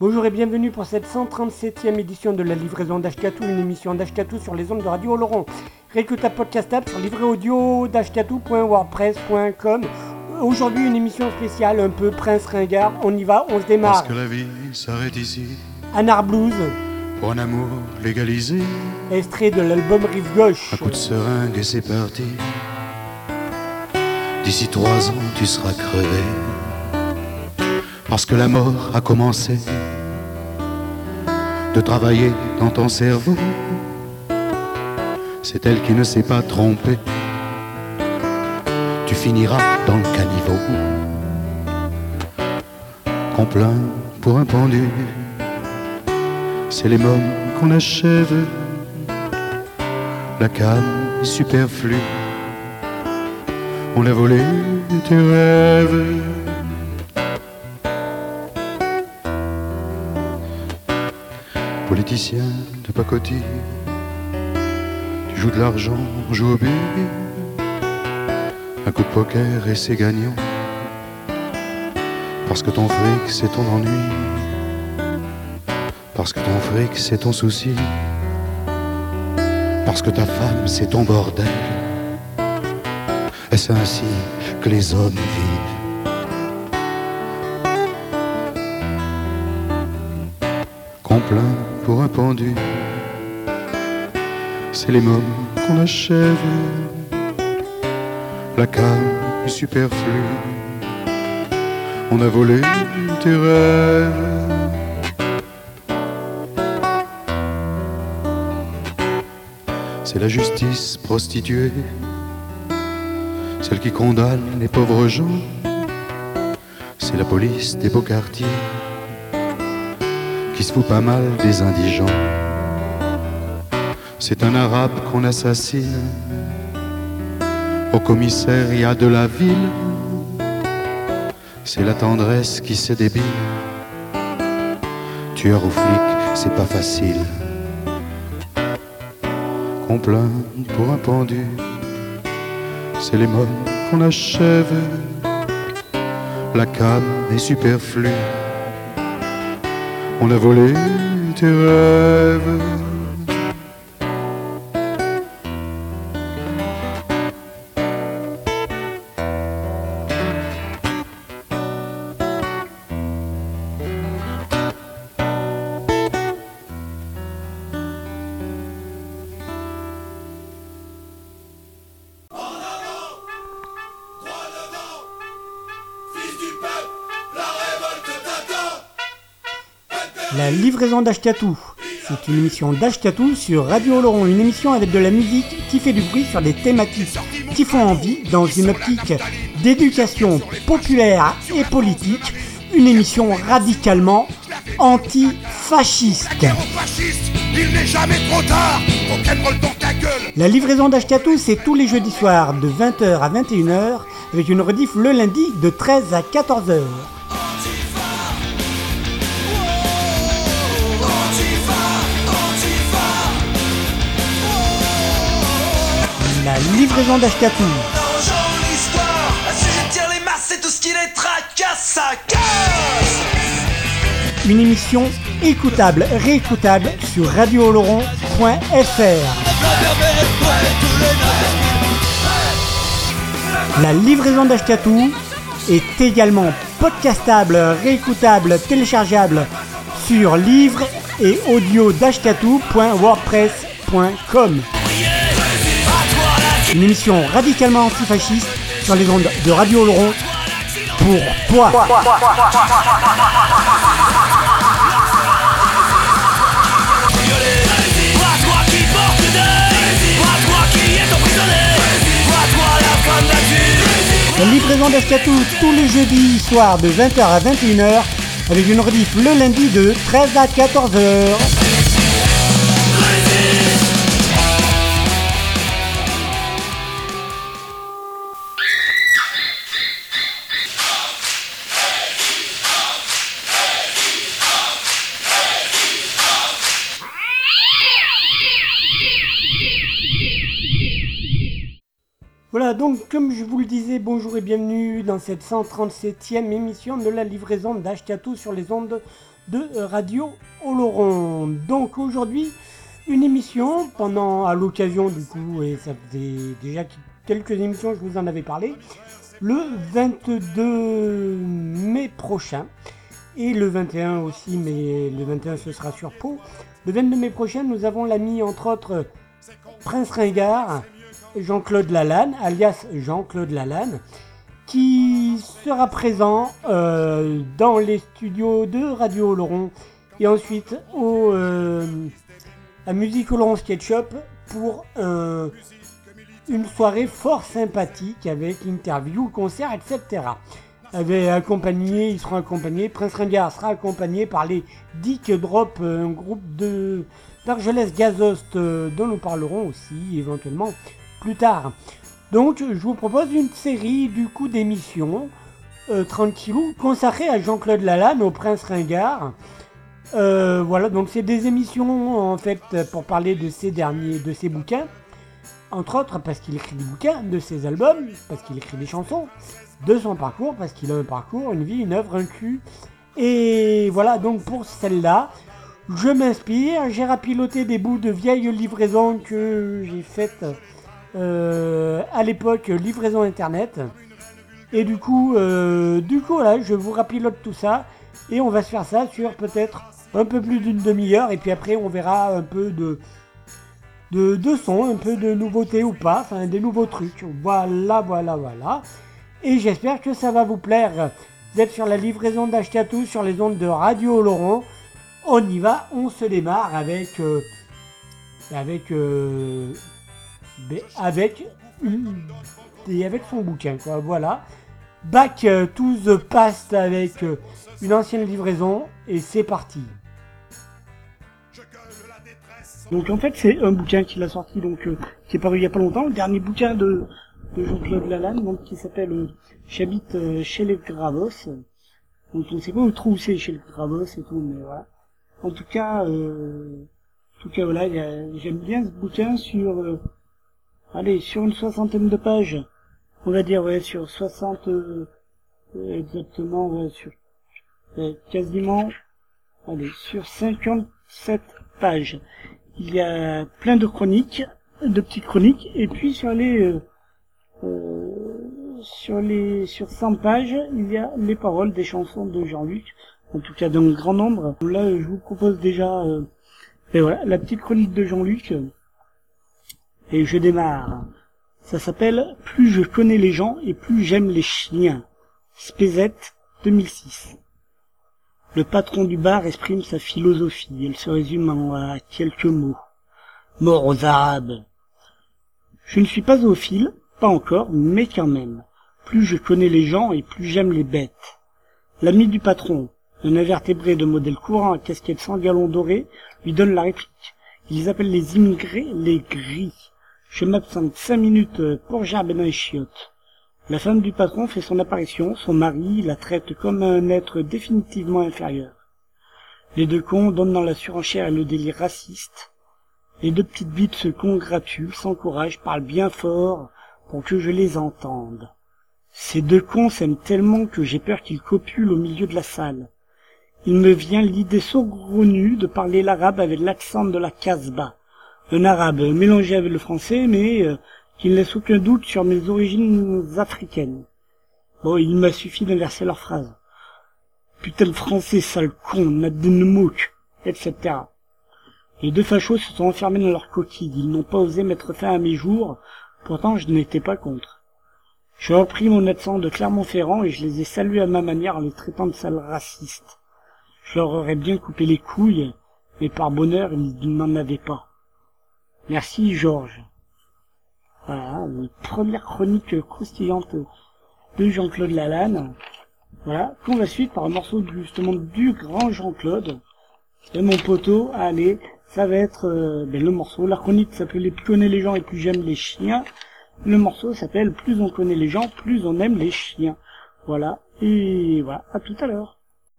Bonjour et bienvenue pour cette 137e édition de la livraison d'Ashkatou, une émission d'Ashkatou sur les ondes de Radio Oloron. Réécoutable podcastable sur livret audio d'ashkatou.wordpress.com. Aujourd'hui une émission spéciale, un peu Prince Ringard. On y va, on se démarre. Parce que la vie s'arrête ici. Anar Blues. Pour un amour légalisé. Extrait de l'album Rive Gauche. Un coup de seringue et c'est parti. D'ici 3 ans tu seras crevé. Parce que la mort a commencé de travailler dans ton cerveau. C'est elle qui ne s'est pas trompée. Tu finiras dans le caniveau. Qu'on plaint pour un pendu, c'est les mômes qu'on achève. La cam est superflue. On a volé tes rêves. Politicien de pacotille, tu joues de l'argent, on joue au but. Un coup de poker et c'est gagnant. Parce que ton fric c'est ton ennui. Parce que ton fric c'est ton souci. Parce que ta femme c'est ton bordel. Est-ce ainsi que les hommes vivent? Qu'on plaint pour un pendu, c'est les mômes qu'on achève. La cam est superflue. On a volé tes rêves. C'est la justice prostituée, celle qui condamne les pauvres gens. C'est la police des beaux quartiers qui se fout pas mal des indigents. C'est un arabe qu'on assassine au commissariat de la ville. C'est la tendresse qui se débile. Tueur ou flic, c'est pas facile. Qu'on plaint pour un pendu, c'est les mômes qu'on achève. La cam est superflue. On a volé tes rêves. La livraison d'Ashkatou, c'est une émission d'Ashkatou sur Radio Oloron, une émission avec de la musique qui fait du bruit sur des thématiques qui font envie dans une optique d'éducation populaire et politique, une émission radicalement antifasciste. Il n'est jamais trop tard. Rock'n'roll dans ta gueule. La livraison d'Ashkatou, c'est tous les jeudis soirs de 20h à 21h avec une rediff le lundi de 13 à 14h. La livraison d'Ashkatou. Une émission écoutable, réécoutable sur radiooloron.fr. La livraison d'Ashkatou est également podcastable, réécoutable, téléchargeable sur livre et audio d'ashkatou.wordpress.com. Une émission radicalement antifasciste sur les ondes de Radio Oloron pour toi. La livraison d'Ashkatou tous les jeudis soirs de 20h à 21h avec une rediff le lundi de 13 à 14h. Voilà, donc comme je vous le disais, bonjour et bienvenue dans cette 137e émission de la livraison d'Ashkatou sur les ondes de Radio Oloron. Donc aujourd'hui, une émission à l'occasion du coup, et ça faisait déjà quelques émissions, je vous en avais parlé, le 22 mai prochain, et le 21 aussi, mais le 21 ce sera sur Pau. Le 22 mai prochain, nous avons l'ami entre autres Prince Ringard, Jean-Claude Lalanne, alias Jean-Claude Lalanne, qui sera présent dans les studios de Radio Oloron et ensuite à Musique Oloron Sketchup pour une soirée fort sympathique avec interview, concert, etc. Ils seront accompagnés, Prince Ringard sera accompagné par les Dick Drop, un groupe d'Argelès Gazost dont nous parlerons aussi éventuellement plus tard. Donc je vous propose une série du coup d'émissions tranquillou consacrée à Jean-Claude Lalanne, au Prince Ringard. Voilà, donc c'est des émissions en fait pour parler de ses bouquins, entre autres parce qu'il écrit des bouquins, de ses albums, parce qu'il écrit des chansons, de son parcours, parce qu'il a un parcours, une vie, une œuvre, un cul. Et voilà, donc pour celle-là, je m'inspire, j'ai rapiloté des bouts de vieilles livraisons que j'ai faites à l'époque, livraison internet. Et du coup voilà, je vous rapilote tout ça et on va se faire ça sur peut-être un peu plus d'une demi-heure et puis après on verra un peu de son, un peu de nouveautés ou pas, enfin des nouveaux trucs. Voilà. Et j'espère que ça va vous plaire. Vous êtes sur la livraison d'Ashkatou sur les ondes de Radio Oloron. On y va, on se démarre avec son bouquin, quoi. Voilà. Back to the Past avec une ancienne livraison et c'est parti. Donc en fait c'est un bouquin qu'il a sorti qui est paru il y a pas longtemps, le dernier bouquin de Jean-Claude Lalanne, donc qui s'appelle J'habite chez les Gravos. Donc on ne sait pas où c'est chez les Gravos et tout, mais voilà. En tout cas voilà, j'aime bien ce bouquin sur une 60aine de pages. On va dire, sur 60, exactement, sur sur 57 pages. Il y a plein de chroniques, de petites chroniques, et puis sur 100 pages, il y a les paroles des chansons de Jean-Luc, en tout cas d'un grand nombre. Là, je vous propose déjà, la petite chronique de Jean-Luc, et je démarre. Ça s'appelle « Plus je connais les gens et plus j'aime les chiens ». Spézette, 2006. Le patron du bar exprime sa philosophie. Elle se résume à quelques mots. Mort aux Arabes. Je ne suis pas zoophile, pas encore, mais quand même. Plus je connais les gens et plus j'aime les bêtes. L'ami du patron, un invertébré de modèle courant à casquette sans galon doré, lui donne la réplique. Ils appellent les immigrés les gris. Je m'absente 5 minutes pour gerber dans les chiottes. La femme du patron fait son apparition, son mari la traite comme un être définitivement inférieur. Les deux cons donnent dans la surenchère et le délire raciste. Les deux petites bites se congratulent, s'encouragent, parlent bien fort pour que je les entende. Ces deux cons s'aiment tellement que j'ai peur qu'ils copulent au milieu de la salle. Il me vient l'idée saugrenue de parler l'arabe avec l'accent de la Casbah. Un arabe mélangé avec le français, mais qui ne laisse aucun doute sur mes origines africaines. Bon, il m'a suffi d'inverser leur phrase. Putain de français, sale con, Nadenemouk, etc. Les deux fachos se sont enfermés dans leur coquille. Ils n'ont pas osé mettre fin à mes jours, pourtant je n'étais pas contre. J'ai repris mon accent de Clermont-Ferrand et je les ai salués à ma manière en les traitant de sales racistes. Je leur aurais bien coupé les couilles, mais par bonheur, ils n'en avaient pas. Merci Georges. Voilà, une première chronique croustillante de Jean-Claude Lalanne. Voilà, qu'on va suivre par un morceau justement du grand Jean-Claude. Et mon poteau, allez, ça va être le morceau. La chronique s'appelait Plus on connaît les gens et plus j'aime les chiens. Le morceau s'appelle Plus on connaît les gens, plus on aime les chiens. Voilà, et voilà, à tout à l'heure.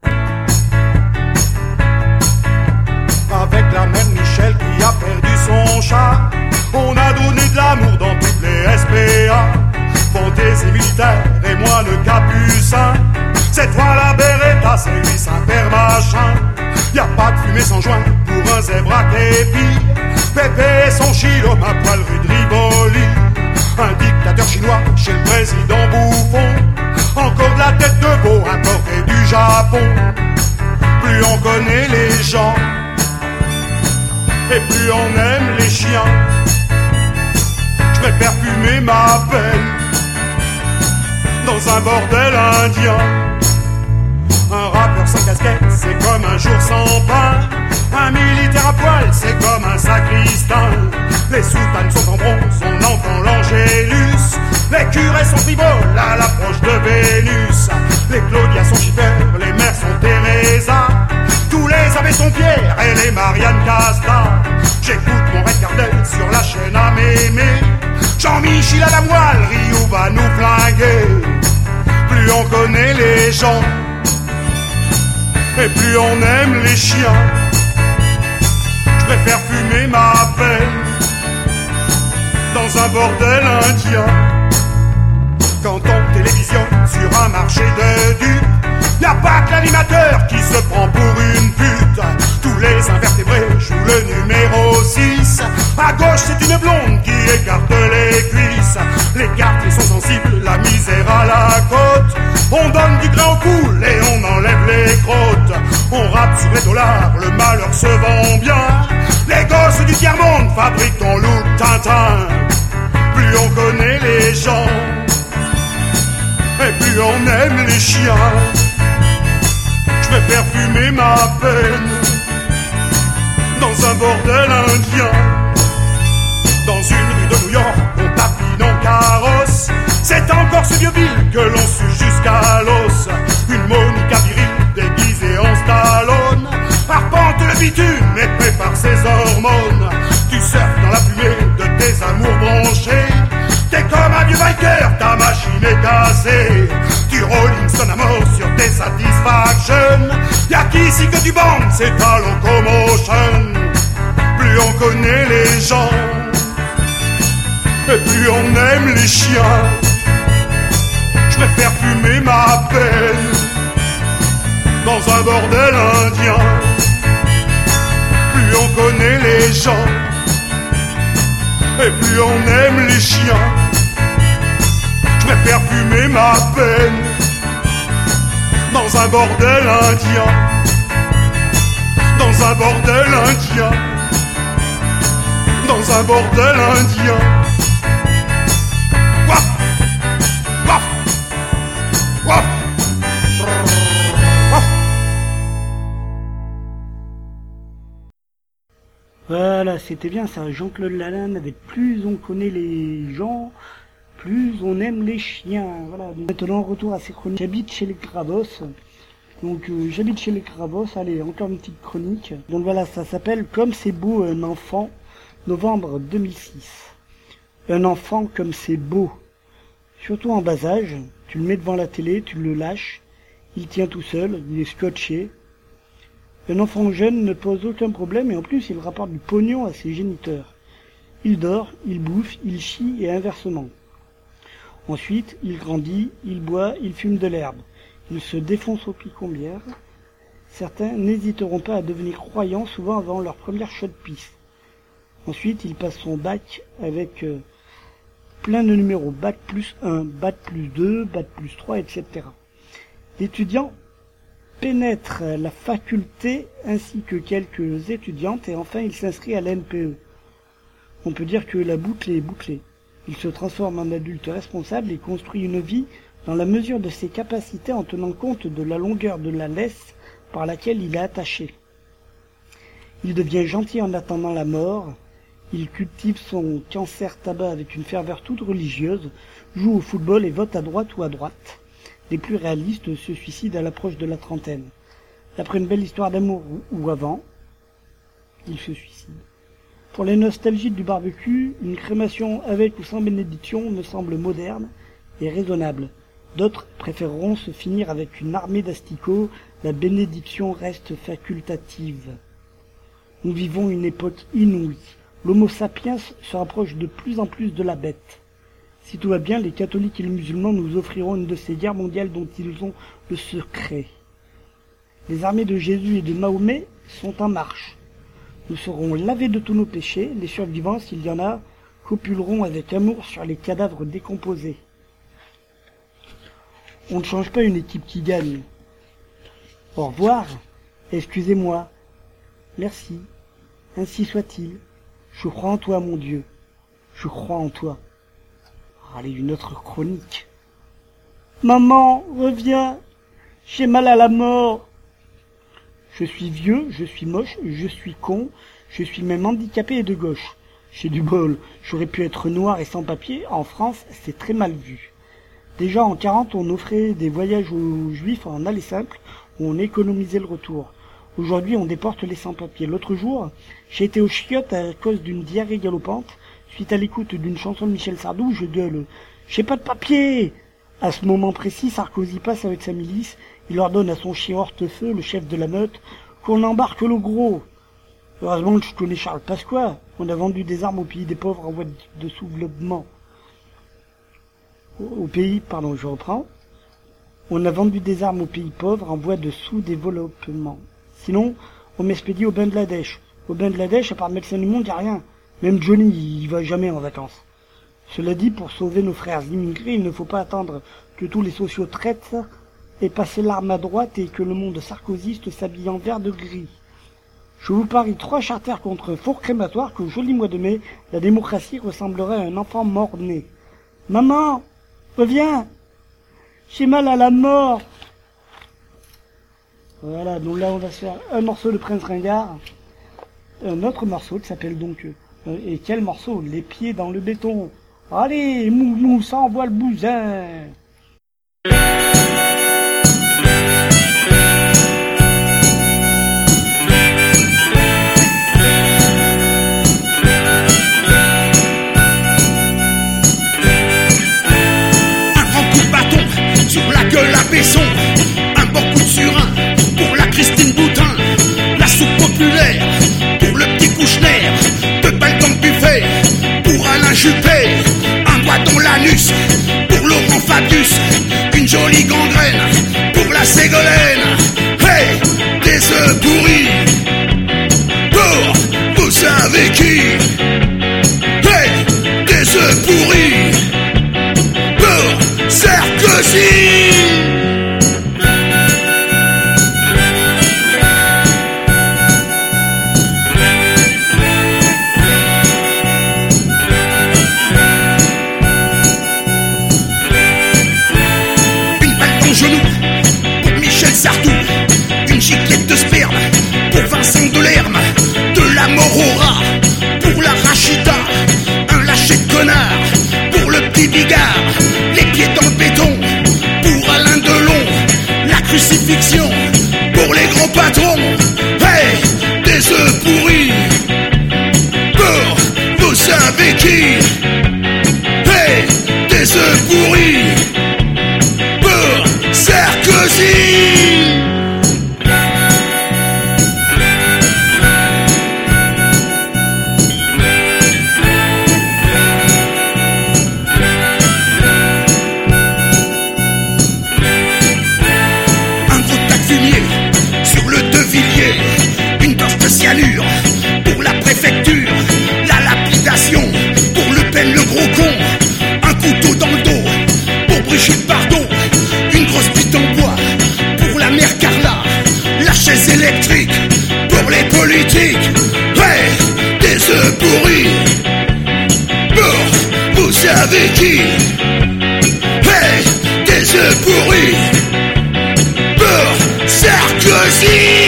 Avec la mère Michel qui a perdu son chat, on a donné de l'amour dans toutes les SPA. Fantaisie militaire et moi le capucin, c'est toi la Beretta, c'est lui Saint-Père machin. s'enjoint pour un zèbre à képi. Pépé et son chilo, ma poil rue de Rivoli. Un dictateur chinois chez le président Bouffon. Encore de la tête de veau importée du Japon. Plus on connaît les gens, et plus on aime les chiens. Je préfère fumer ma peine dans un bordel indien. Un rappeur sans casquette, c'est comme un jour sans pain. Un militaire à poil, c'est comme un sacristain. Les soutanes sont en bronze, on entend l'Angélus. Les curés sont frivoles à l'approche de Vénus. Les Claudia sont Schiffer, les mères sont Teresa. Tous les abbés sont Pierre et les Marianne Casta. J'écoute mon Red Cardel sur la chaîne à mémé. Jean-Michel à la moelle, Rio va nous flinguer. Plus on connaît les gens, et plus on aime les chiens. Je préfère fumer ma peine dans un bordel indien. Quand on télévisionne sur un marché de dupes, y'a pas que l'animateur qui se prend pour une pute. Tous les invertébrés jouent le numéro 6. À gauche c'est une blonde qui écarte les cuisses. Les quartiers sont sensibles, la misère à la côte. On donne du grain au poules et on enlève les crottes. On rappe sur les dollars, le malheur se vend bien. Les gosses du tiers-monde fabriquent ton look Tintin. Plus on connaît les gens, et plus on aime les chiens. Je préfère fumer ma peine dans un bordel indien. Dans une rue de New York, on tapine en carrosse. C'est encore ce vieux Bill que l'on suce jusqu'à l'os. Une Monica virile déguisée en Stallone arpente le bitume et prépare ses hormones. Tu surfes dans la fumée de tes amours branchés. T'es comme un vieux biker, ta machine est cassée. Tu Rolling Stone à mort sur tes satisfactions. Y'a qu'ici que tu bandes, c'est ta locomotion. Plus on connaît les gens, et plus on aime les chiens. Je préfère fumer ma peine dans un bordel indien. Plus on connaît les gens, et plus on aime les chiens. Je préfère fumer ma peine dans un bordel indien. Dans un bordel indien. Dans un bordel indien. Waf, waf, waf, waf. Voilà, c'était bien ça, Jean-Claude Lalanne avec plus on connaît les gens, plus on aime les chiens. Voilà, maintenant retour à ces chroniques. J'habite chez les Crabos. Donc j'habite chez les Crabos, allez, encore une petite chronique. Donc voilà, ça s'appelle Comme c'est beau un enfant, novembre 2006. Un enfant comme c'est beau. Surtout en bas âge, tu le mets devant la télé, tu le lâches, il tient tout seul, il est scotché. Un enfant jeune ne pose aucun problème et en plus il rapporte du pognon à ses géniteurs. Il dort, il bouffe, il chie et inversement. Ensuite, il grandit, il boit, il fume de l'herbe. Il se défonce aux picombières. Certains n'hésiteront pas à devenir croyants souvent avant leur première shot de pisse. Ensuite, il passe son bac avec plein de numéros, bac plus 1, bac plus 2, bac plus 3, etc. L'étudiant pénètre la faculté ainsi que quelques étudiantes et enfin il s'inscrit à l'NPE. On peut dire que la boucle est bouclée. Il se transforme en adulte responsable et construit une vie dans la mesure de ses capacités en tenant compte de la longueur de la laisse par laquelle il est attaché. Il devient gentil en attendant la mort, il cultive son cancer tabac avec une ferveur toute religieuse, joue au football et vote à droite ou à droite. Les plus réalistes se suicident à l'approche de la trentaine. Après une belle histoire d'amour ou avant, il se suicide. Pour les nostalgiques du barbecue, une crémation avec ou sans bénédiction me semble moderne et raisonnable. D'autres préféreront se finir avec une armée d'asticots, la bénédiction reste facultative. Nous vivons une époque inouïe. L'homo sapiens se rapproche de plus en plus de la bête. Si tout va bien, les catholiques et les musulmans nous offriront une de ces guerres mondiales dont ils ont le secret. Les armées de Jésus et de Mahomet sont en marche. Nous serons lavés de tous nos péchés, les survivants, s'il y en a, copuleront avec amour sur les cadavres décomposés. On ne change pas une équipe qui gagne. Au revoir, excusez-moi, merci, ainsi soit-il. Je crois en toi, mon Dieu, je crois en toi. Allez, une autre chronique. Maman, reviens, j'ai mal à la mort. Je suis vieux, je suis moche, je suis con, je suis même handicapé et de gauche. J'ai du bol, j'aurais pu être noir et sans papier, en France, c'est très mal vu. Déjà en 40, on offrait des voyages aux juifs en aller simple, où on économisait le retour. Aujourd'hui, on déporte les sans-papiers. L'autre jour, j'ai été aux chiottes à cause d'une diarrhée galopante, suite à l'écoute d'une chanson de Michel Sardou, je gueule « J'ai pas de papier !» À ce moment précis, Sarkozy passe avec sa milice, il ordonne à son chien Hortefeux, le chef de la meute, qu'on embarque le gros. Heureusement que je connais Charles Pasqua, on a vendu des armes au pays des pauvres en voie de sous-développement. On a vendu des armes aux pays pauvres en voie de sous-développement. Sinon, on m'expédie au Bangladesh. Au Bangladesh, à part Médecins du Monde, y a rien. Même Johnny, il va jamais en vacances. Cela dit, pour sauver nos frères immigrés, il ne faut pas attendre que tous les sociaux traitent et passer l'arme à droite et que le monde sarkozyste s'habille en vert de gris. Je vous parie 3 charters contre un four crématoire qu'au joli mois de mai, la démocratie ressemblerait à un enfant mort-né. Maman, reviens, j'ai mal à la mort. Voilà, donc là on va se faire un morceau de Prince Ringard, un autre morceau qui s'appelle donc, et quel morceau? Les pieds dans le béton. Allez, mou, ça envoie le bousin. La Besson, un bon coup de surin pour la Christine Boutin, la soupe populaire pour le petit Kouchner, 2 balles dans le buffet pour Alain Juppé, un doigt dans l'anus pour Laurent Fabius, une jolie gangrène pour la Ségolène. Hey, des œufs pourris pour vous savez qui. Hey, des œufs pourris pour Sarkozy. Une giclette de sperme pour Vincent Delerme, de la mort au rat pour la Rachida, un lâcher de connard pour le petit Bigard, les pieds dans le béton pour Alain Delon, la crucifixion pour les gros patrons. Hey, des œufs pourris pour vous savez qui. Hey, des œufs pourris pour Sarkozy. Une dose de cyanure pour la préfecture, la lapidation pour Le Pen le gros con, un couteau dans le dos pour Brigitte Bardot, une grosse bite en bois pour la mère Carla, la chaise électrique pour les politiques. Ouais, des œufs pourris pour vous savez qui. Ouais, des œufs pourris pour Sarkozy.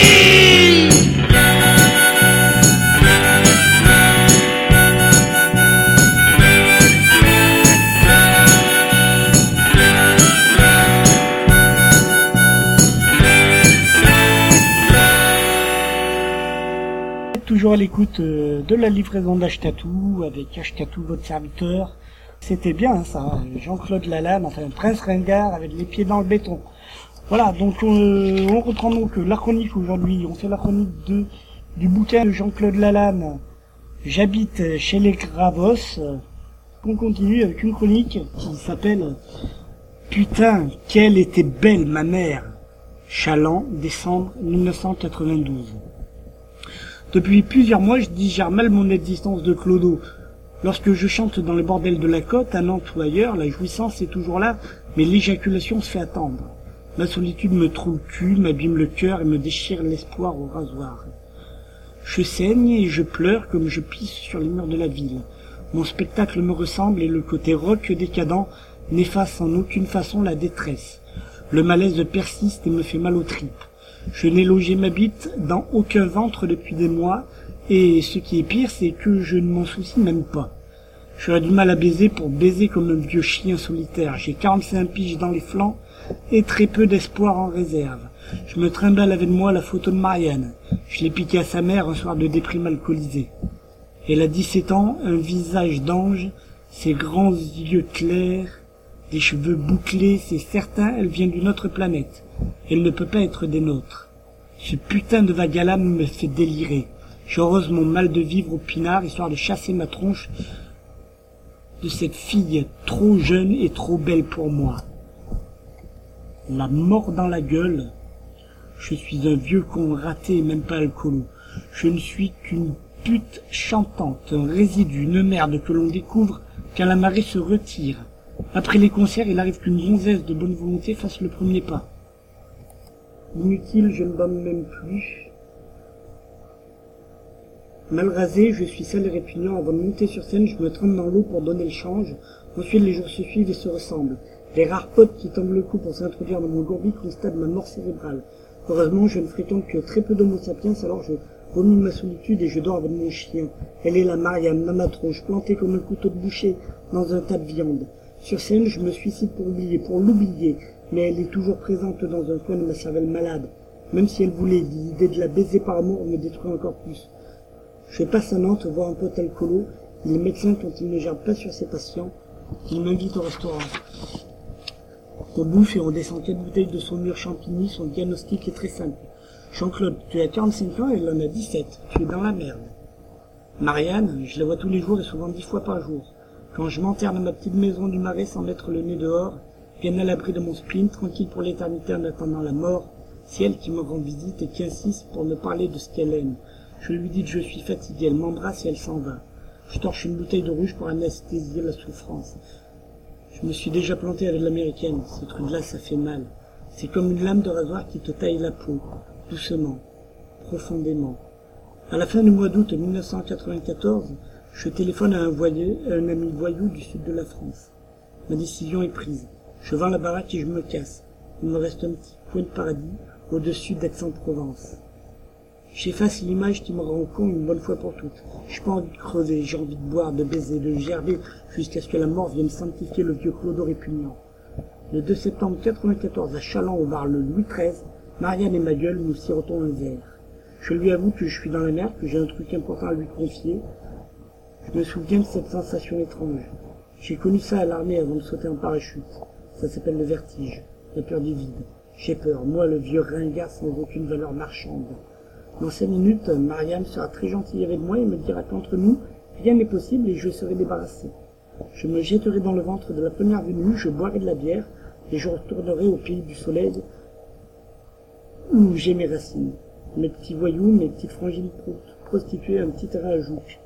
Toujours à l'écoute de la livraison d'Ashkatou avec Ashkatou votre serviteur. C'était bien ça, Jean-Claude Lalanne, enfin Prince Ringard avec les pieds dans le béton. Voilà, donc on reprend donc la chronique aujourd'hui. On fait la chronique du bouquin de Jean-Claude Lalanne, J'habite chez les Gravos. On continue avec une chronique qui s'appelle Putain, quelle était belle ma mère. Chaland, décembre 1992. Depuis plusieurs mois, je digère mal mon existence de clodo. Lorsque je chante dans les bordels de la côte, à Nantes ou ailleurs, la jouissance est toujours là, mais l'éjaculation se fait attendre. Ma solitude me trouve le cul, m'abîme le cœur et me déchire l'espoir au rasoir. Je saigne et je pleure comme je pisse sur les murs de la ville. Mon spectacle me ressemble et le côté rock décadent n'efface en aucune façon la détresse. Le malaise persiste et me fait mal aux tripes. Je n'ai logé ma bite dans aucun ventre depuis des mois, et ce qui est pire, c'est que je ne m'en soucie même pas. J'aurais du mal à baiser pour baiser comme un vieux chien solitaire. J'ai 45 piges dans les flancs et très peu d'espoir en réserve. Je me trimballe avec moi la photo de Marianne. Je l'ai piquée à sa mère un soir de déprime alcoolisée. Elle a 17 ans, un visage d'ange, ses grands yeux clairs, des cheveux bouclés, c'est certain, elle vient d'une autre planète. Elle ne peut pas être des nôtres. Ce putain de vague à l'âme me fait délirer. J'arrose mon mal de vivre au pinard, histoire de chasser ma tronche de cette fille trop jeune et trop belle pour moi. La mort dans la gueule. Je suis un vieux con raté et même pas alcoolo. Je ne suis qu'une pute chantante, un résidu, une merde que l'on découvre quand la marée se retire. Après les concerts, il arrive qu'une gonzesse de bonne volonté fasse le premier pas. Inutile, je ne bande même plus. Mal rasé, je suis sale et répugnant. Avant de monter sur scène, je me trempe dans l'eau pour donner le change. Ensuite, les jours se suivent et se ressemblent. Les rares potes qui tombent le coup pour s'introduire dans mon gourbi constatent ma mort cérébrale. Heureusement, je ne fréquente que très peu d'homo sapiens, alors je vomis ma solitude et je dors avec mon chien. Elle est la Marianne, ma tronche, plantée comme un couteau de boucher dans un tas de viande. Sur scène, je me suicide pour l'oublier, mais elle est toujours présente dans un coin de ma cervelle malade. Même si elle voulait, l'idée de la baiser par amour me détruit encore plus. Je passe à Nantes voir un pote alcoolo. Il est médecin quand il ne gère pas sur ses patients. Il m'invite au restaurant. On bouffe et on descend 4 bouteilles de saumure champigny. Son diagnostic est très simple. Jean-Claude, tu as 45 ans et elle en a 17. Tu es dans la merde. Marianne, je la vois tous les jours et souvent 10 fois par jour. Quand je m'enterre dans ma petite maison du Marais sans mettre le nez dehors, bien à l'abri de mon spleen, tranquille pour l'éternité en attendant la mort, c'est elle qui me rend visite et qui insiste pour me parler de ce qu'elle aime. Je lui dis que je suis fatigué, elle m'embrasse et elle s'en va. Je torche une bouteille de rouge pour anesthésier la souffrance. Je me suis déjà planté avec l'américaine. Ce truc-là, ça fait mal. C'est comme une lame de rasoir qui te taille la peau, doucement, profondément. À la fin du mois d'août 1994, je téléphone à un ami voyou du sud de la France. Ma décision est prise. Je vends la baraque et je me casse. Il me reste un petit coin de paradis au-dessus d'Aix-en-Provence. J'efface l'image qui me rend con une bonne fois pour toutes. J'ai pas envie de creuser, j'ai envie de boire, de baiser, de gerber, jusqu'à ce que la mort vienne sanctifier le vieux clodo répugnant. Le 2 septembre 1994, à Châlons, au bar le Louis XIII, Marianne et ma gueule, nous sirotons un verre. Je lui avoue que je suis dans la merde, que j'ai un truc important à lui confier. Je me souviens de cette sensation étrange. J'ai connu ça à l'armée avant de sauter en parachute. Ça s'appelle le vertige, la peur du vide. J'ai peur, moi le vieux ringard sans aucune valeur marchande. Dans 5 minutes, Marianne sera très gentille avec moi et me dira qu'entre nous, rien n'est possible et je serai débarrassé. Je me jetterai dans le ventre de la première venue, je boirai de la bière et je retournerai au pays du soleil où j'ai mes racines. Mes petits voyous, mes petites frangines prostituées, un petit terrain à Jouques.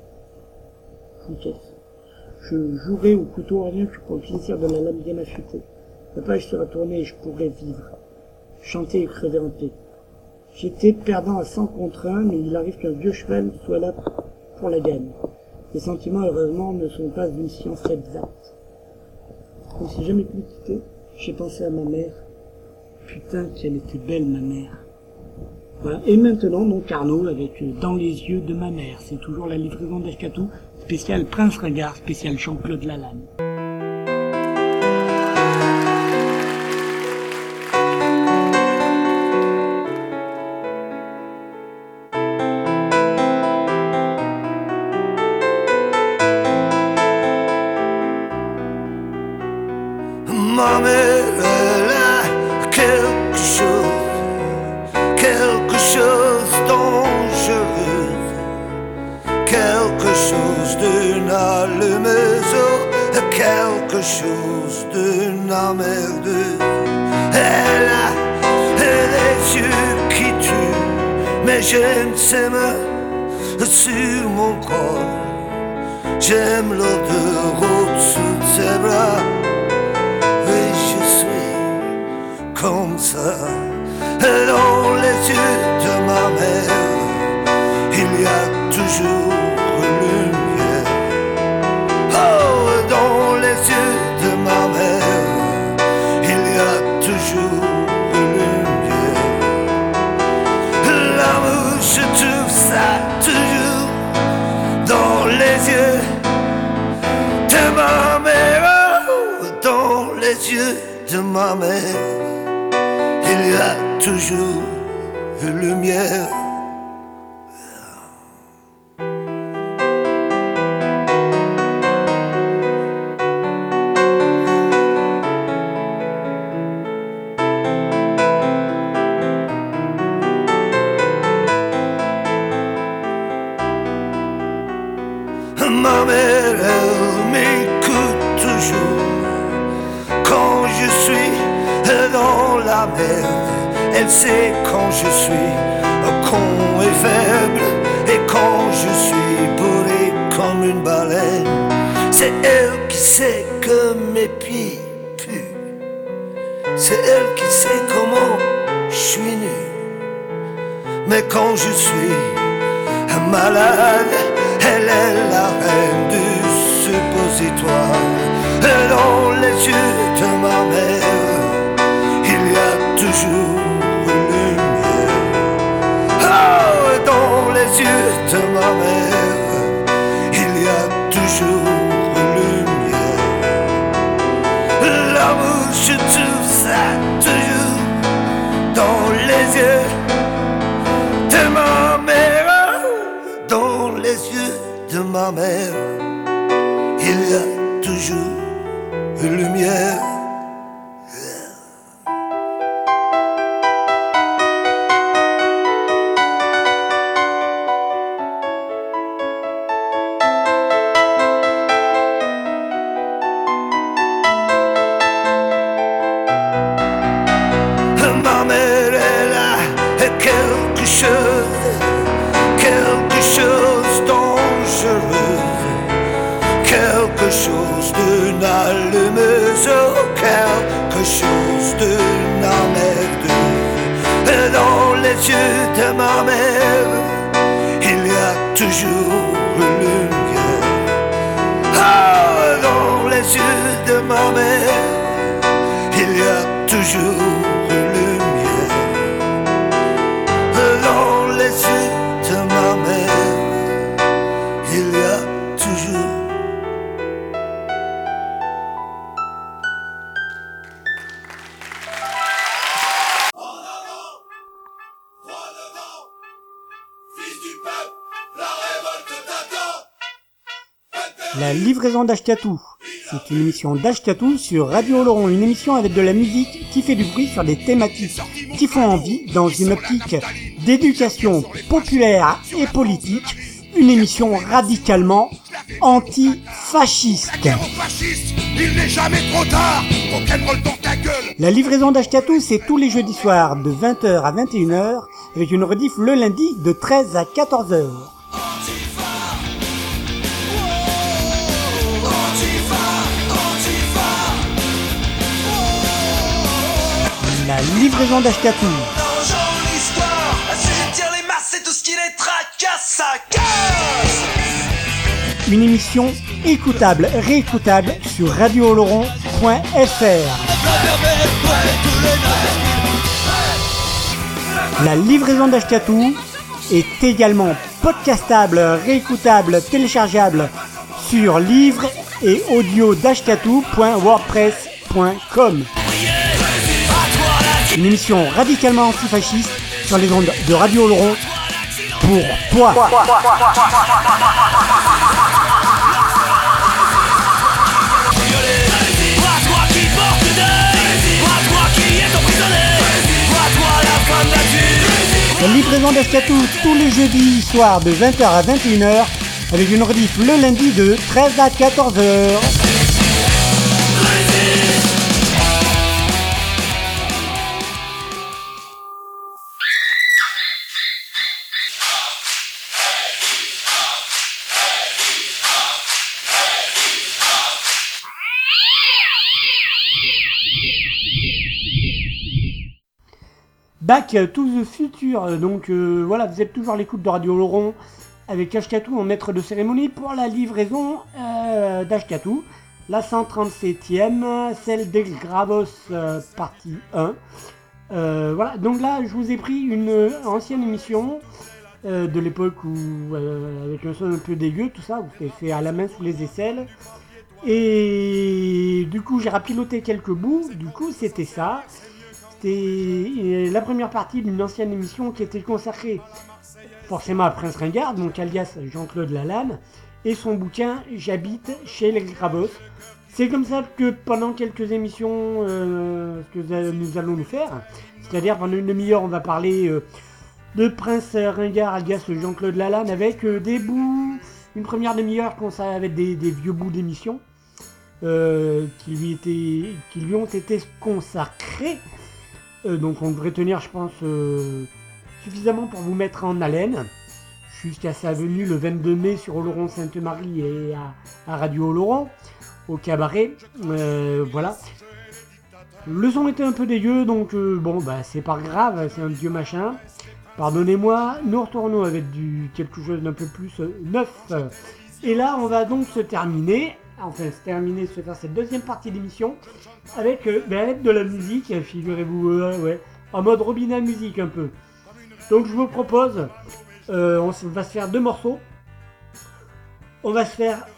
Je jouerai au couteau rien que pour le plaisir de la lame bien affûtée. La page sera tournée et je pourrai vivre, chanter et crever en paix. J'étais perdant à 100 contre 1, mais il arrive qu'un vieux cheval soit là pour la gagne. Les sentiments, heureusement, ne sont pas une science exacte. Je ne me suis jamais pu quitter. J'ai pensé à ma mère. Putain, qu'elle était belle, ma mère. Voilà. Et maintenant, donc Arnaud, avec Dans les yeux de ma mère. C'est toujours la livraison d'Ashkatou, spécial Prince Ringard, spécial Jean-Claude Lalanne. Ma mère, elle a quelque chose dangereux, quelque chose d'une allumeuse, quelque chose d'une emmerdeuse. Elle a des yeux qui tuent, mais je ne sais me sur mon corps. J'aime l'odeur au-dessous de ses bras. Oui, je suis comme ça. Dans les yeux de ma mère, il y a toujours lumière. Oh, dans les yeux de ma mère, il y a toujours lumière. L'amour, je trouve ça toujours dans les yeux de ma mère. Oh, dans les yeux de ma mère, il y a toujours lumière. Ma mère, elle m'écoute toujours quand je suis dans la merde. Elle sait quand je suis con et faible, et quand je suis bourré comme une baleine. C'est elle qui sait que mes pieds puent. C'est elle qui sait comment je suis nu. Mais quand je suis malade, elle est la reine du suppositoire. Dans les yeux de ma mère, il y a toujours lumière. Oh, dans les yeux de ma mère, il y a toujours lumière. L'amour, je trouve ça toujours dans les yeux de ma mère. Dans les yeux de ma mère, il y a toujours lumière. Ma mère, elle a quelque chose dangereux, quelque chose d'une allumeuse, quelque chose d'une emmerdeuse. Dans les yeux de ma mère, il y a toujours lumière. Ah, dans les yeux de ma mère, il y a toujours lumière. Dans les yeux de ma mère, il y a toujours. En avant, droit devant, fils du peuple, la révolte t'attend. La livraison d'Ashkatou. C'est une émission d'Ashkatou sur Radio Oloron, une émission avec de la musique qui fait du bruit sur des thématiques qui font envie dans une optique d'éducation populaire et politique, une émission radicalement antifasciste. Il n'est jamais trop tard, rock'n'roll dans ta gueule. La livraison d'Ashkatou, c'est tous les jeudis soirs de 20h à 21h, avec une rediff le lundi de 13 à 14h. La livraison d'Ashkatou. L'histoire, à sujetir les masses et tout ce qui les tracasse, ça casse. Une émission écoutable, réécoutable sur radiooloron.fr. La livraison d'Ashkatou est également podcastable, réécoutable, téléchargeable sur livre et audio d'ashkatou.wordpress.com. Une émission radicalement antifasciste sur les ondes de Radio Oloron pour toi. La livraison d'Ashkatou tous les jeudis soirs de 20h à 21h avec une rediff le lundi de 13 à 14h. Back to the Future. Donc voilà, vous êtes toujours à l'écoute de Radio Laurent avec Ashkatou en maître de cérémonie pour la livraison d'Ashkatou, la 137e, celle d'El Gravos partie 1. Voilà, donc là je vous ai pris une ancienne émission de l'époque où avec un son un peu dégueu, tout ça, vous avez fait à la main sous les aisselles. Et du coup j'ai rapiloté quelques bouts, du coup c'était ça. C'était la première partie d'une ancienne émission qui était consacrée forcément à Prince Ringard, donc alias Jean-Claude Lalanne, et son bouquin J'habite chez les Gravos. C'est comme ça que pendant quelques émissions que nous allons nous faire, c'est-à-dire pendant une demi-heure on va parler de Prince Ringard alias Jean-Claude Lalanne avec des bouts, une première demi-heure avec des vieux bouts d'émissions qui lui ont été consacrés. Donc on devrait tenir, je pense, suffisamment pour vous mettre en haleine jusqu'à sa venue le 22 mai sur Oloron Sainte-Marie et à Radio Oloron, au cabaret. Voilà. Le son était un peu dégueu, donc c'est pas grave, c'est un vieux machin. Pardonnez-moi, nous retournons avec quelque chose d'un peu plus neuf. Et là, on va donc se faire cette deuxième partie d'émission avec de la musique, figurez-vous, en mode Robina musique un peu. Donc je vous propose, on va se faire deux morceaux. On va se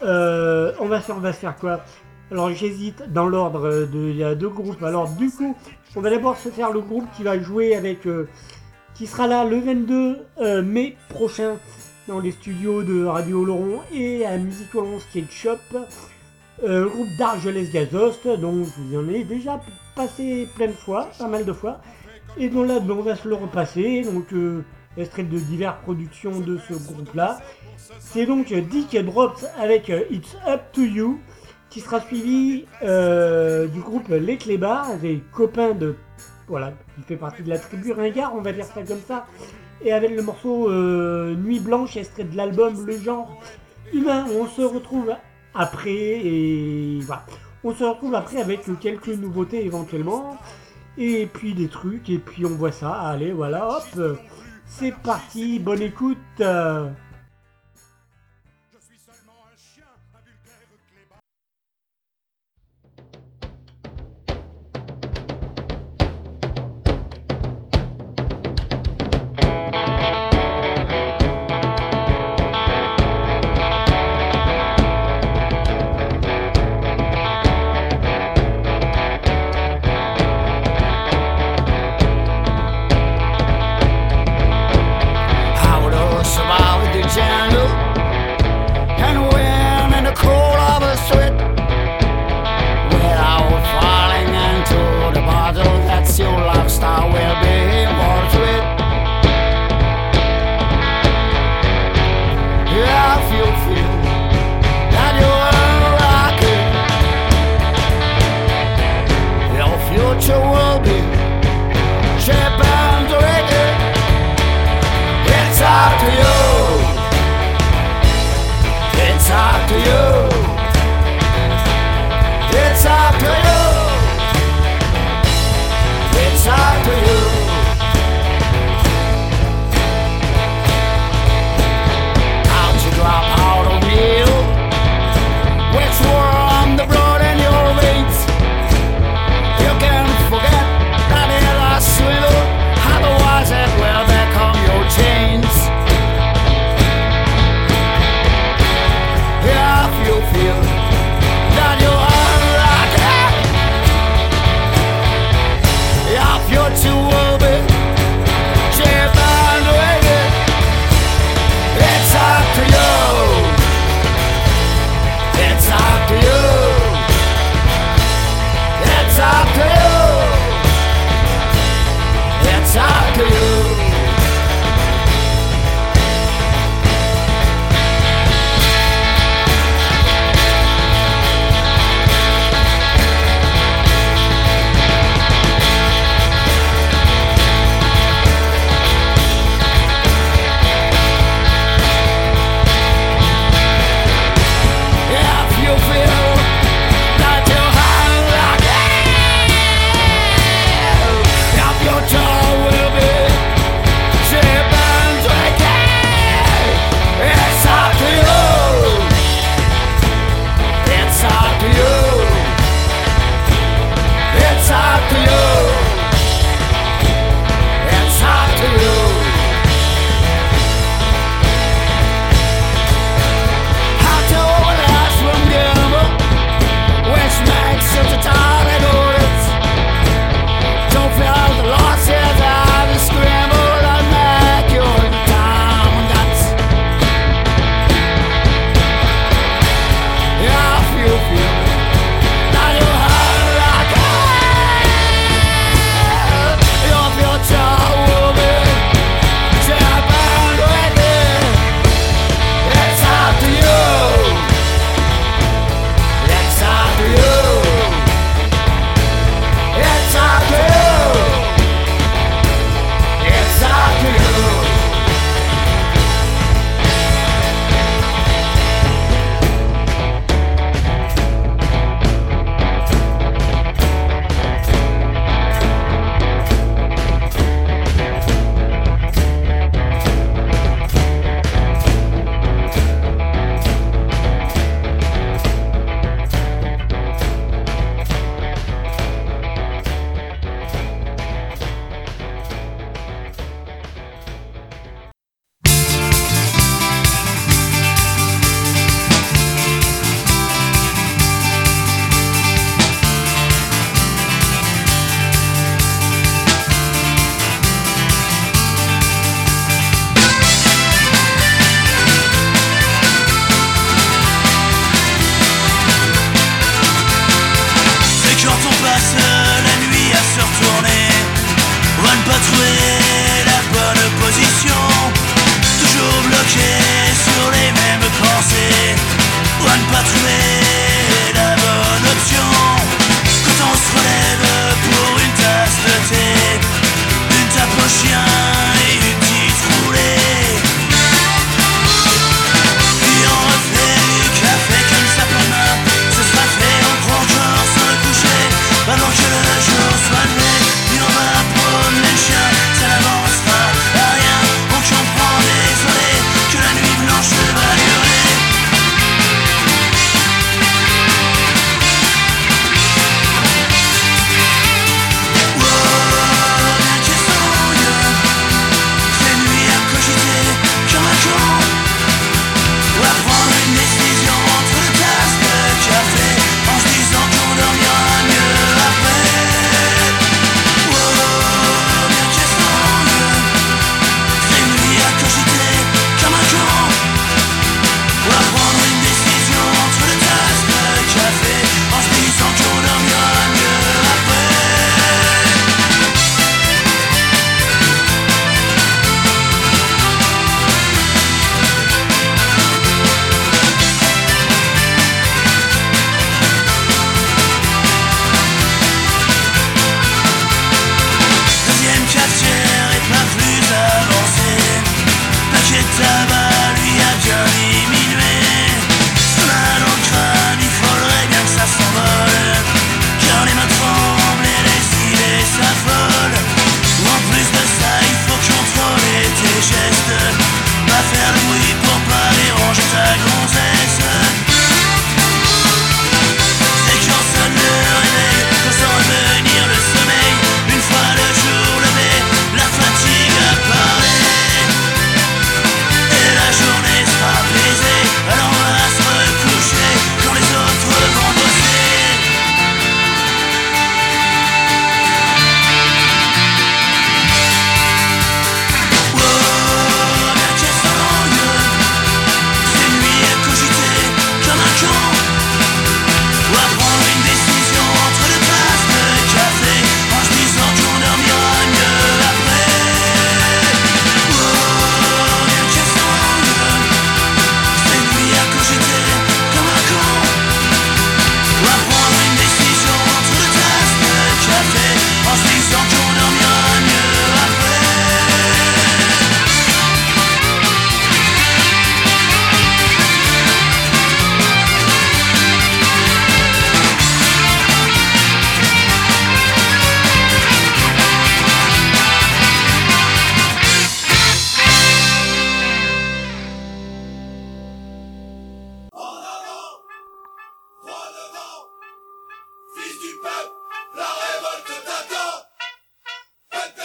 faire quoi? Alors j'hésite dans l'ordre, il y a deux groupes. Alors du coup, on va d'abord se faire le groupe qui va jouer qui sera là le 22 mai prochain dans les studios de Radio Oloron et à Musique Oloron Skate Shop. Groupe d'Argelès-Gazost, dont vous en avez déjà passé plein de fois, pas mal de fois, et dont là on va se le repasser, donc extrait de diverses productions de ce groupe-là. C'est donc Dick Drops avec It's Up to You, qui sera suivi du groupe Les Clébards, des copains qui fait partie de la tribu Ringard, on va dire ça comme ça, et avec le morceau Nuit Blanche, extrait de l'album Le Genre Humain. On se retrouve après avec quelques nouveautés éventuellement, et puis des trucs, et puis on voit ça. Allez, voilà, hop, c'est parti, bonne écoute. Future will be shape and reggae. It's up to you.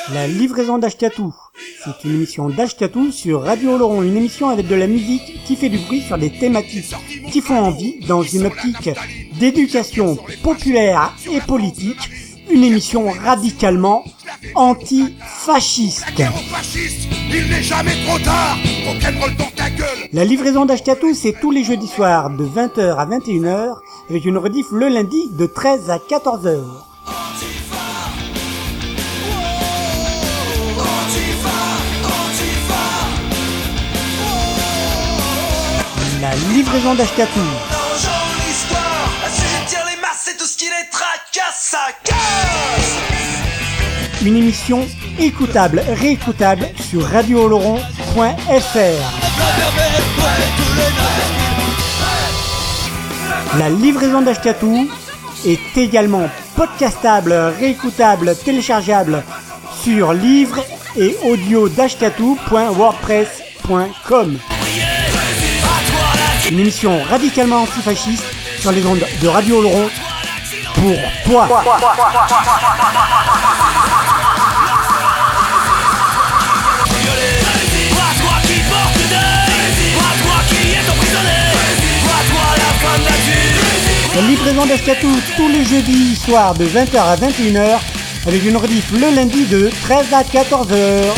La livraison d'Ashkatou, c'est une émission d'Ashkatou sur Radio Oloron, une émission avec de la musique qui fait du bruit sur des thématiques qui font envie dans une optique d'éducation populaire et politique, une émission radicalement anti-fasciste. Il n'est jamais trop tard, rock'n'roll dans ta gueule. La livraison d'Ashkatou, c'est tous les jeudis soirs de 20h à 21h, avec une rediff le lundi de 13 à 14h. La livraison d'Ashkatou. L'histoire, assujettir les masses et tout ce qui les tracasse, ça casse. Une émission écoutable, réécoutable sur radiooloron.fr. La livraison d'Ashkatou est également podcastable, réécoutable, téléchargeable sur livre et audio d'ashkatou.wordpress.com. Une émission radicalement antifasciste sur les ondes de Radio Oloron pour toi. La livraison d'Ashkatou tous les jeudis soirs de 20h à 21h avec une rediff le lundi de 13 à 14h.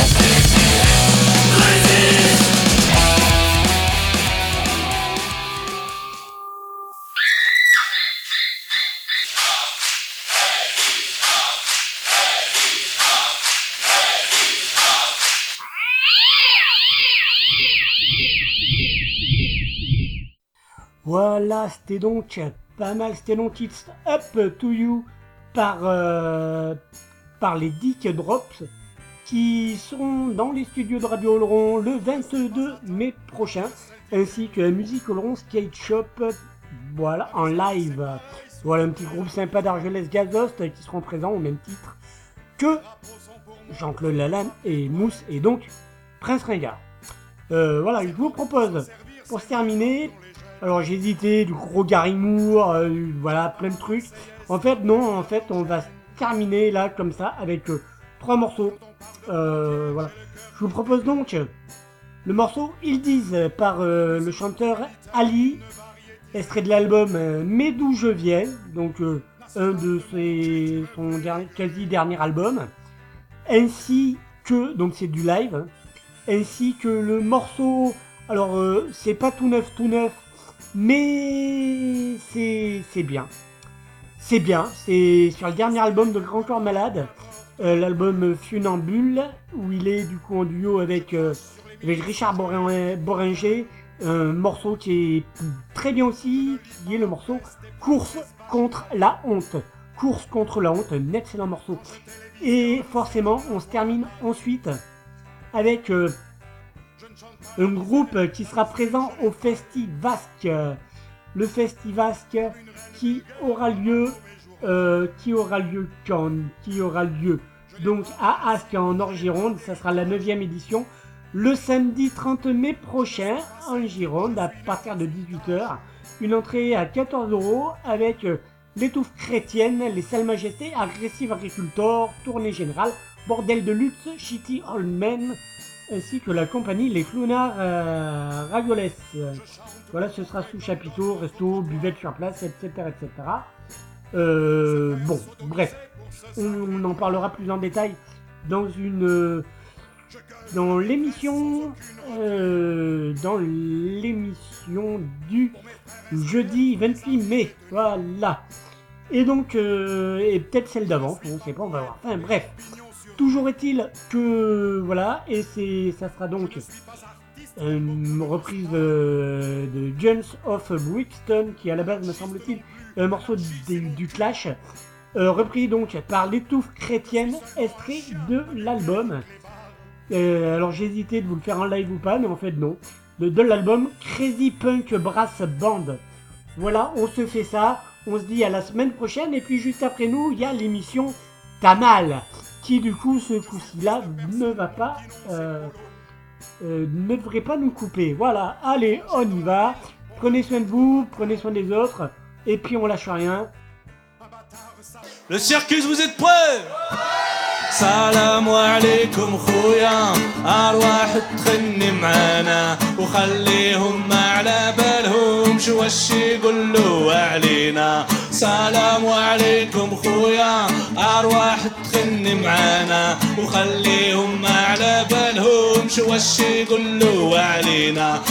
Voilà, c'était donc pas mal, c'était donc It's Up to You par les Dick Drops qui seront dans les studios de Radio Oloron le 22 mai prochain, ainsi que la musique Oloron Skate Shop, voilà, en live. Voilà un petit groupe sympa d'Argelès Gazost qui seront présents au même titre que Jean-Claude Lalanne et Mousse et donc Prince Ringard. Voilà, je vous propose pour se terminer. Alors j'ai hésité, du gros Gary Moore, voilà, plein de trucs. En fait, non, on va terminer là, comme ça, avec 3 morceaux. Voilà. Je vous propose donc le morceau Ils disent par le chanteur Ali, extrait de l'album Mais d'où je viens, donc un de son quasi dernier album, ainsi que, donc c'est du live, hein, ainsi que le morceau, alors c'est pas tout neuf, mais c'est bien. C'est bien, c'est sur le dernier album de Grand Corps Malade, l'album Funambule, où il est du coup en duo avec Richard Boringer, un morceau qui est très bien aussi, qui est le morceau Course contre la honte. Course contre la honte, un excellent morceau. Et forcément, on se termine ensuite avec un groupe qui sera présent au Festivasque, le Festivasque qui aura lieu donc à Ascq en Nord-Gironde. Ça sera la 9e édition le samedi 30 mai prochain en Gironde à partir de 18h. Une entrée à 14 € avec l'étouffe chrétienne, les salles majestés, agressive agricultor, tournée générale, bordel de luxe, shitty old men, ainsi que la compagnie Les Clownards Ragoles. Voilà, ce sera sous chapiteau, resto, buvette sur place, etc. Bon, bref, on en parlera plus en détail dans l'émission du jeudi 28 mai. Voilà. Et donc, et peut-être celle d'avant, on ne sait pas, on va voir. Enfin bref. Toujours est-il que voilà, et ça sera donc une reprise de Guns of Brixton, qui à la base me semble-t-il un morceau du Clash, repris donc par l'étouffe chrétienne, extrait de l'album. Alors j'ai hésité de vous le faire en live ou pas, mais en fait non, de l'album Crazy Punk Brass Band. Voilà, on se fait ça, on se dit à la semaine prochaine, et puis juste après nous, il y a l'émission T'as mal, qui du coup ce coup-ci-là ne devrait pas nous couper. Voilà, allez, on y va. Prenez soin de vous, prenez soin des autres, et puis on lâche rien. Le circus, vous êtes prêts ? سلام عليكم خويا أرواح تغني معانا وخليهم ما على بالهم شو واش يقولوا علينا سلام عليكم خويا أرواح تغني معانا وخليهم ما على بالهم شو واش يقولوا علينا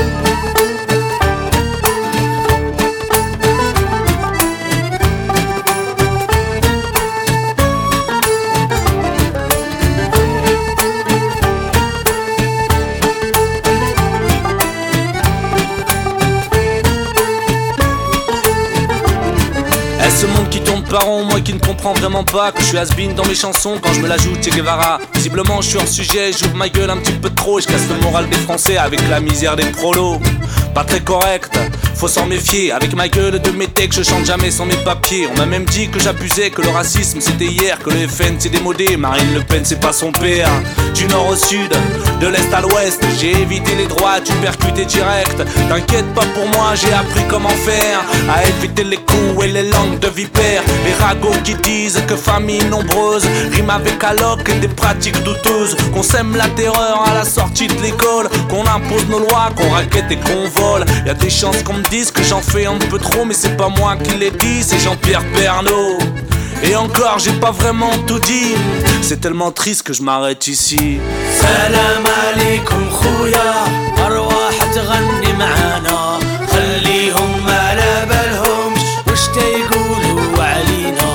Ce monde qui tourne par rond, moi qui ne comprends vraiment pas que je suis has-been dans mes chansons quand je me la joue Che Guevara. Visiblement je suis hors sujet, j'ouvre ma gueule un petit peu trop et je casse le moral des Français avec la misère des prolos. Pas très correct, faut s'en méfier. Avec ma gueule de métèque, je chante jamais sans mes papiers. On m'a même dit que j'abusais, que le racisme c'était hier, que le FN c'est démodé. Marine Le Pen c'est pas son père. Du nord au sud, de l'est à l'ouest, j'ai évité les droites, tu percutais direct. T'inquiète pas pour moi, j'ai appris comment faire à éviter les coups et les langues de vipère. Les ragots qui disent que famille nombreuse rime avec alloc et des pratiques douteuses. Qu'on sème la terreur à la sortie de l'école, qu'on impose nos lois, qu'on raquette et qu'on vole. Y'a des chances qu'on me dise que j'en fais un peu trop, mais c'est pas moi qui l'ai dit, c'est Jean-Pierre Pernaut. Et encore j'ai pas vraiment tout dit, c'est tellement triste que je m'arrête ici. Salam alaikum khouya, arwah tغني معانا, خليهم ما على بالهمش وش تيقولوا علينا.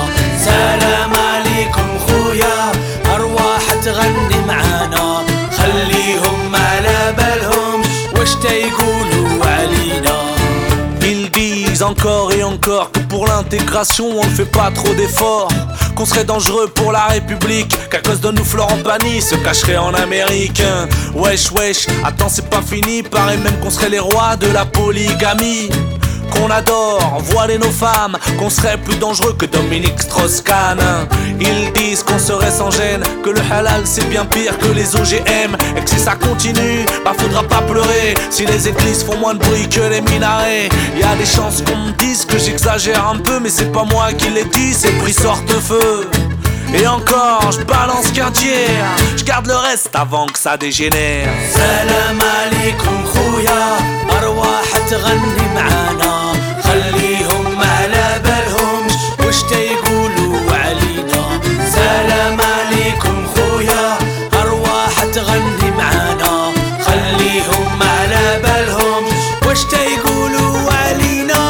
سلام عليكم خويا, arwah تغني معانا, خليهم ما على بالهمش وش تيقولوا علينا. Ils disent encore et encore que pour l'intégration on ne fait pas trop d'efforts, qu'on serait dangereux pour la République, qu'à cause de nous Florent Pagny se cacherait en Amérique. Wesh wesh, attends c'est pas fini, paraît même qu'on serait les rois de la polygamie. Qu'on adore voiler nos femmes, qu'on serait plus dangereux que Dominique Strauss-Kahn. Ils disent qu'on serait sans gêne, que le halal c'est bien pire que les OGM, et que si ça continue, bah faudra pas pleurer si les églises font moins de bruit que les minarets. Y'a des chances qu'on me dise que j'exagère un peu, mais c'est pas moi qui l'ai dit, c'est pris sorte-feu. Et encore, je balance qu'un tiers, je garde le reste avant que ça dégénère. Salam alaikum khouya, arwah تغني معانا, خليهم ما على بالهمش وش تيقولوا علينا. سلام عليكم خويا, arwah تغني معانا, خليهم ما على بالهمش وش تيقولوا علينا.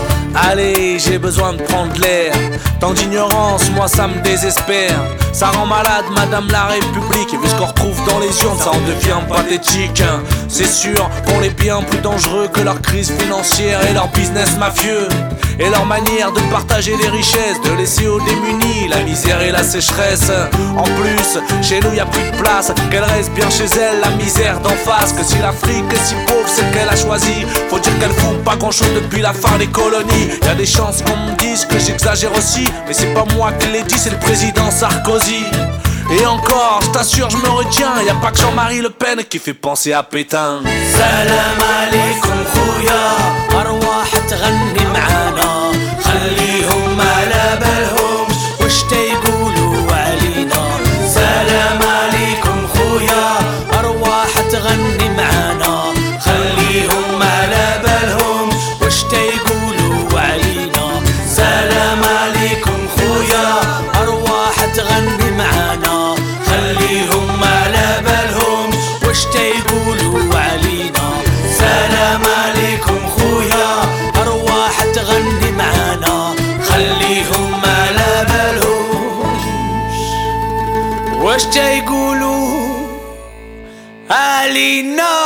Allez, j'ai besoin de prendre l'air. Tant d'ignorance, moi ça me désespère. Ça rend malade Madame la République. Et vu ce qu'on retrouve dans les urnes, ça en devient pathétique. C'est sûr qu'on est bien plus dangereux que leur crise financière et leur business mafieux, et leur manière de partager les richesses, de laisser aux démunis la misère et la sécheresse. En plus, chez nous y a plus de place, qu'elle reste bien chez elle, la misère d'en face. Que si l'Afrique est si pauvre, c'est qu'elle a choisi. Faut dire qu'elle fout pas grand chose depuis la fin des colonies. Y a des chances qu'on me dise que j'exagère aussi, mais c'est pas moi qui l'ai dit, c'est le président Sarkozy. Et encore, je t'assure, je me retiens, y a pas que Jean-Marie Le Pen qui fait penser à Pétain. Salam alaikum khouya, arwah تغني معانا, خليهم ما على بالهمش وش تيقولوا علينا. سلام عليكم خويا, arwah تغني معانا, خليهم ما على بالهمش وش تيقولوا علينا. سلام عليكم خويا, arwah تغني معانا, خليهم ما على بالهمش وش تيقولوا علينا. سلام عليكم خويا, arwah تغني معانا, خليهم ما على بالهمش وش تيقولوا علينا.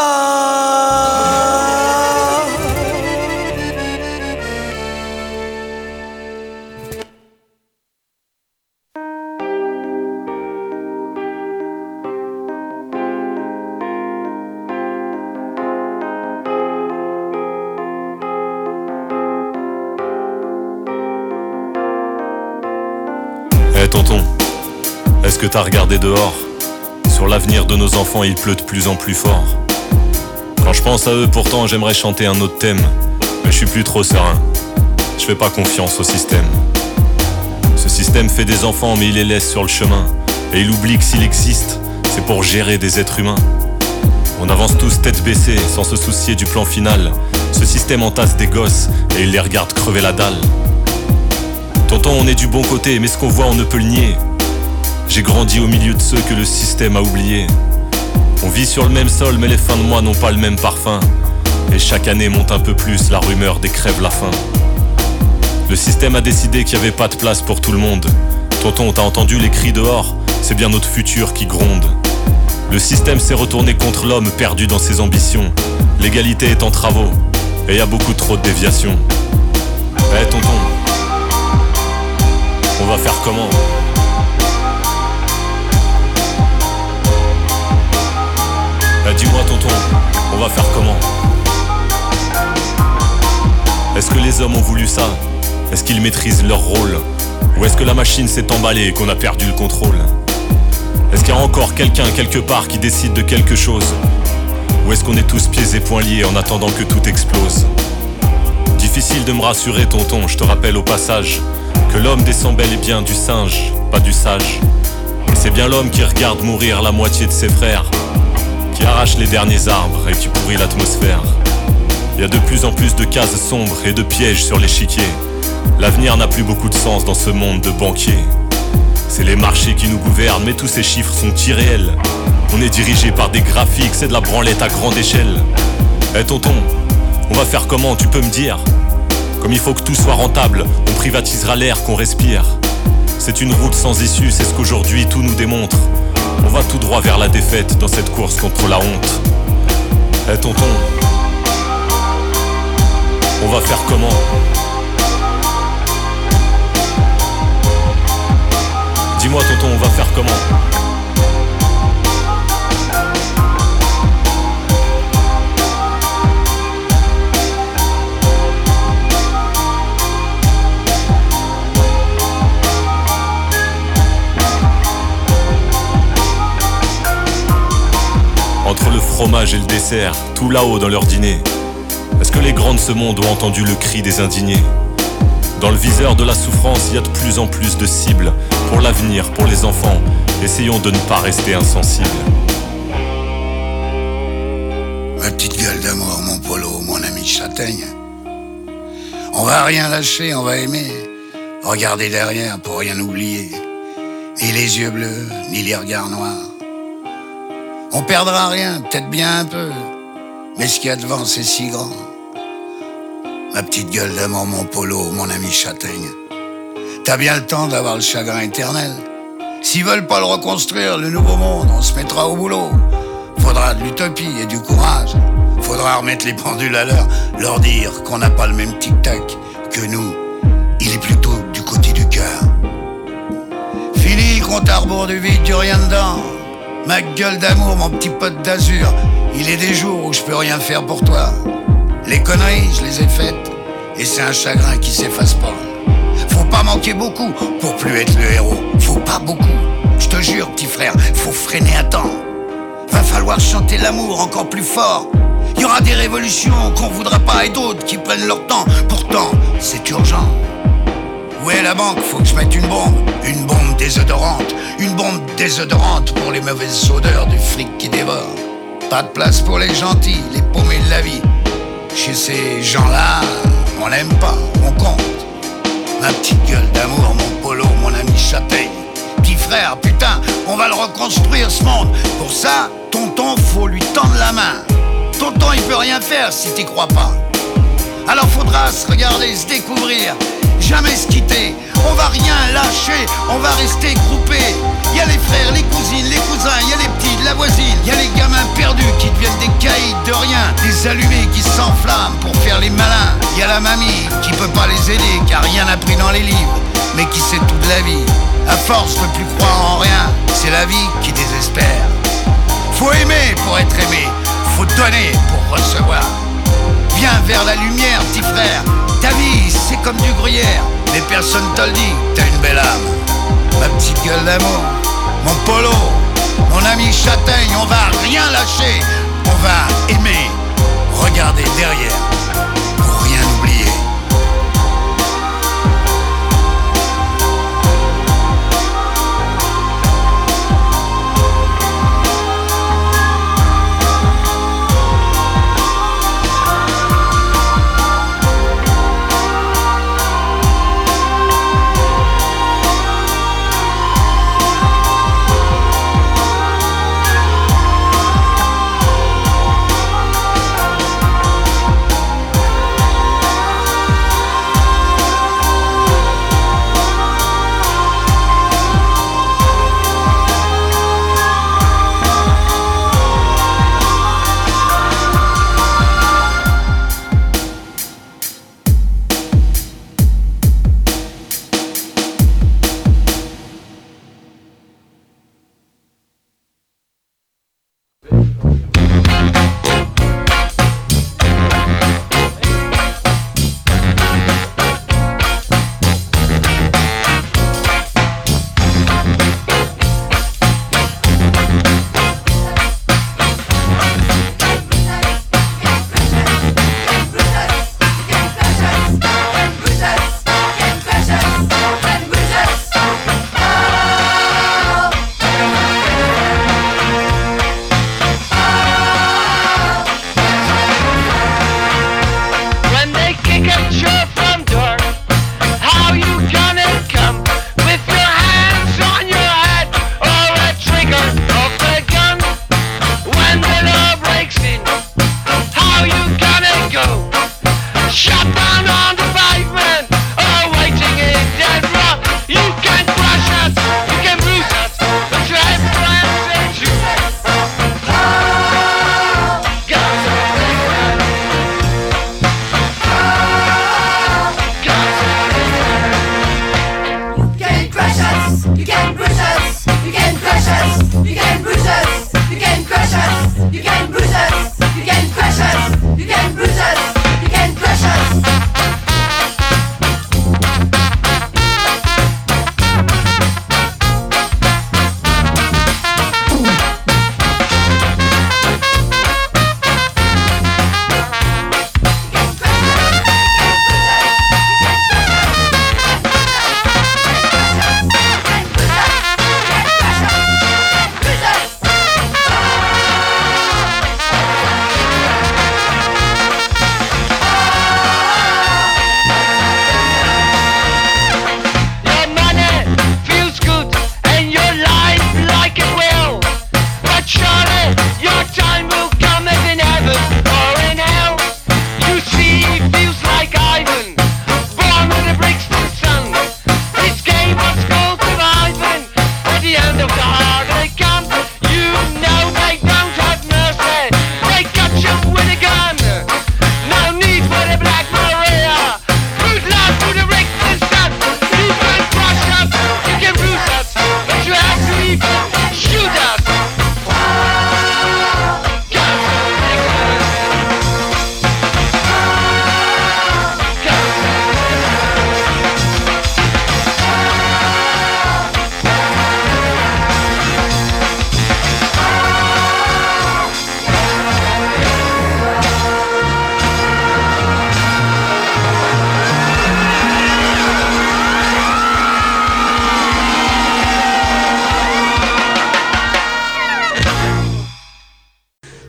Eh tonton, est-ce que t'as regardé dehors? Sur l'avenir de nos enfants, il pleut de plus en plus fort. Quand je pense à eux, pourtant, j'aimerais chanter un autre thème, mais je suis plus trop serein. Je fais pas confiance au système. Ce système fait des enfants, mais il les laisse sur le chemin. Et il oublie que s'il existe, c'est pour gérer des êtres humains. On avance tous tête baissée, sans se soucier du plan final. Ce système entasse des gosses et il les regarde crever la dalle. Tonton, on est du bon côté, mais ce qu'on voit, on ne peut le nier. J'ai grandi au milieu de ceux que le système a oubliés. On vit sur le même sol, mais les fins de mois n'ont pas le même parfum. Et chaque année monte un peu plus la rumeur des crèves la faim. Le système a décidé qu'il n'y avait pas de place pour tout le monde. Tonton, t'as entendu les cris dehors? C'est bien notre futur qui gronde. Le système s'est retourné contre l'homme perdu dans ses ambitions. L'égalité est en travaux, et y a beaucoup trop de déviations. Eh tonton, on va faire comment? Dis-moi tonton, on va faire comment? Est-ce que les hommes ont voulu ça? Est-ce qu'ils maîtrisent leur rôle? Ou est-ce que la machine s'est emballée et qu'on a perdu le contrôle? Est-ce qu'il y a encore quelqu'un quelque part qui décide de quelque chose? Ou est-ce qu'on est tous pieds et poings liés en attendant que tout explose? Difficile de me rassurer tonton, je te rappelle au passage que l'homme descend bel et bien du singe, pas du sage. Et c'est bien l'homme qui regarde mourir la moitié de ses frères, qui arrache les derniers arbres et qui pourrit l'atmosphère. Il y a de plus en plus de cases sombres et de pièges sur l'échiquier. L'avenir n'a plus beaucoup de sens dans ce monde de banquiers. C'est les marchés qui nous gouvernent, mais tous ces chiffres sont irréels. On est dirigé par des graphiques, c'est de la branlette à grande échelle. Eh tonton, on va faire comment, tu peux me dire? Comme il faut que tout soit rentable, on privatisera l'air qu'on respire. C'est une route sans issue, c'est ce qu'aujourd'hui tout nous démontre. On va tout droit vers la défaite dans cette course contre la honte. Eh tonton, on va faire comment? Dis-moi tonton, on va faire comment? Entre le fromage et le dessert, tout là-haut dans leur dîner, est-ce que les grands de ce monde ont entendu le cri des indignés? Dans le viseur de la souffrance, il y a de plus en plus de cibles. Pour l'avenir, pour les enfants, essayons de ne pas rester insensibles. Ma petite gueule d'amour, mon polo, mon ami châtaigne. On va rien lâcher, on va aimer. Regarder derrière pour rien oublier. Ni les yeux bleus, ni les regards noirs. On perdra rien, peut-être bien un peu, mais ce qu'il y a devant, c'est si grand. Ma petite gueule d'amour, mon polo, mon ami châtaigne. T'as bien le temps d'avoir le chagrin éternel. S'ils veulent pas le reconstruire, le nouveau monde, on se mettra au boulot. Faudra de l'utopie et du courage. Faudra remettre les pendules à l'heure, leur dire qu'on n'a pas le même tic-tac que nous. Il est plutôt du côté du cœur. Fini, compte à rebours du vide, du rien dedans. Ma gueule d'amour, mon petit pote d'azur. Il est des jours où je peux rien faire pour toi. Les conneries, je les ai faites, et c'est un chagrin qui s'efface pas. Faut pas manquer beaucoup pour plus être le héros. Faut pas beaucoup, je te jure petit frère, faut freiner à temps. Va falloir chanter l'amour encore plus fort. Il y aura des révolutions qu'on voudra pas et d'autres qui prennent leur temps. Pourtant, c'est urgent. Où est la banque? Faut que je mette une bombe désodorante. Une bombe désodorante pour les mauvaises odeurs du fric qui dévore. Pas de place pour les gentils, les paumés de la vie. Chez ces gens-là, on n'aime pas, on compte. Ma petite gueule d'amour, mon polo, mon ami châtaigne. Petit frère, putain, on va le reconstruire ce monde. Pour ça, tonton, faut lui tendre la main. Tonton, il peut rien faire si t'y crois pas. Alors faudra se regarder, se découvrir, jamais se quitter. On va rien lâcher, on va rester groupés. Y a les frères, les cousines, les cousins, y a les petits de la voisine. Y a les gamins perdus qui deviennent des caïds de rien. Des allumés qui s'enflamment pour faire les malins. Y a la mamie qui peut pas les aider car rien n'a pris dans les livres, mais qui sait tout de la vie. À force de plus croire en rien, c'est la vie qui désespère. Faut aimer pour être aimé, faut donner pour recevoir. Viens vers la lumière, petit frère. Ta vie, c'est comme du gruyère, mais personne te le dit, t'as une belle âme. Ma petite gueule d'amour, mon polo, mon ami châtaigne, on va rien lâcher. On va aimer, regarder derrière, pour rien oublier.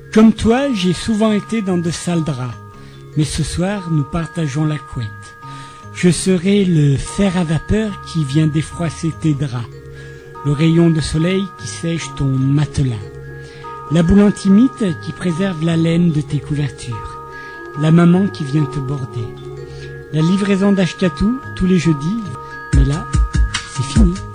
Comme toi, j'ai souvent été dans de sales draps, mais ce soir, nous partageons la couette. Je serai le fer à vapeur qui vient défroisser tes draps, le rayon de soleil qui sèche ton matelas, la boule antimite qui préserve la laine de tes couvertures, la maman qui vient te border, la livraison d'Ashkatou tous les jeudis, mais là, c'est fini.